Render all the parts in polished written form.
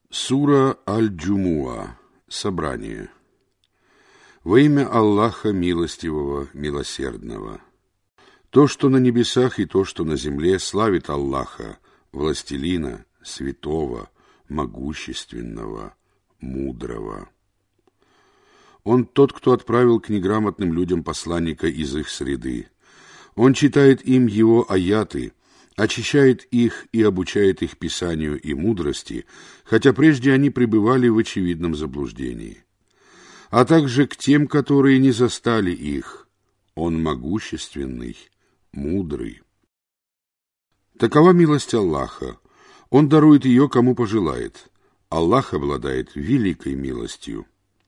Сура Аль-Джумуа. Собрание. Во имя Аллаха Милостивого, Милосердного. То, что на небесах и то, что на земле, славит Аллаха, Властелина, Святого, Могущественного, Мудрого. Он тот, кто отправил к неграмотным людям посланника из их среды. Он читает им его аяты, очищает их и обучает их писанию и мудрости, хотя прежде они пребывали в очевидном заблуждении. А также к тем, которые не застали их. Он могущественный, мудрый. Такова милость Аллаха. Он дарует ее, кому пожелает. Аллах обладает великой милостью.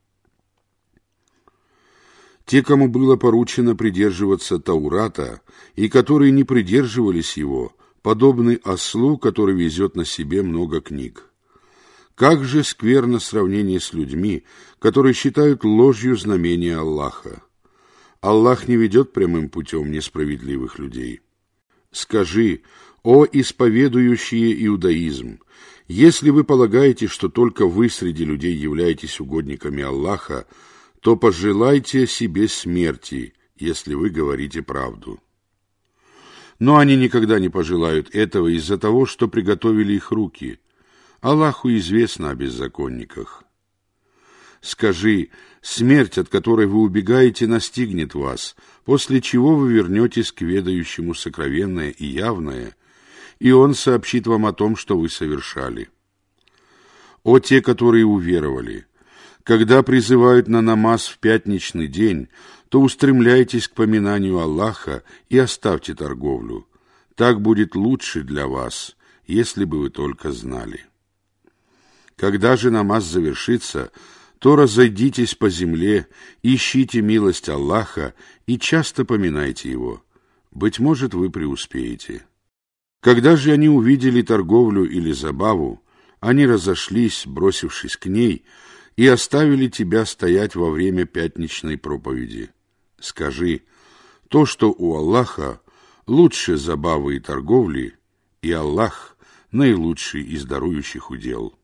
Те, кому было поручено придерживаться Таурата, и которые не придерживались его, подобны ослу, который везет на себе много книг. Как же скверно сравнение с людьми, которые считают ложью знамения Аллаха. Аллах не ведет прямым путем несправедливых людей. Скажи, о исповедующие иудаизм, если вы полагаете, что только вы среди людей являетесь угодниками Аллаха, то пожелайте себе смерти, если вы говорите правду. Но они никогда не пожелают этого из-за того, что приготовили их руки. Аллаху известно о беззаконниках. Скажи, смерть, от которой вы убегаете, настигнет вас, после чего вы вернетесь к ведающему сокровенное и явное, и он сообщит вам о том, что вы совершали. О те, которые уверовали! Когда призывают на намаз в пятничный день, то устремляйтесь к поминанию Аллаха и оставьте торговлю. Так будет лучше для вас, если бы вы только знали. Когда же намаз завершится, то разойдитесь по земле, ищите милость Аллаха и часто поминайте его. Быть может, вы преуспеете. Когда же они увидели торговлю или забаву, они разошлись, бросившись к ней, и оставили тебя стоять во время пятничной проповеди. Скажи, то, что у Аллаха лучше забавы и торговли, и Аллах наилучший из дарующих удел.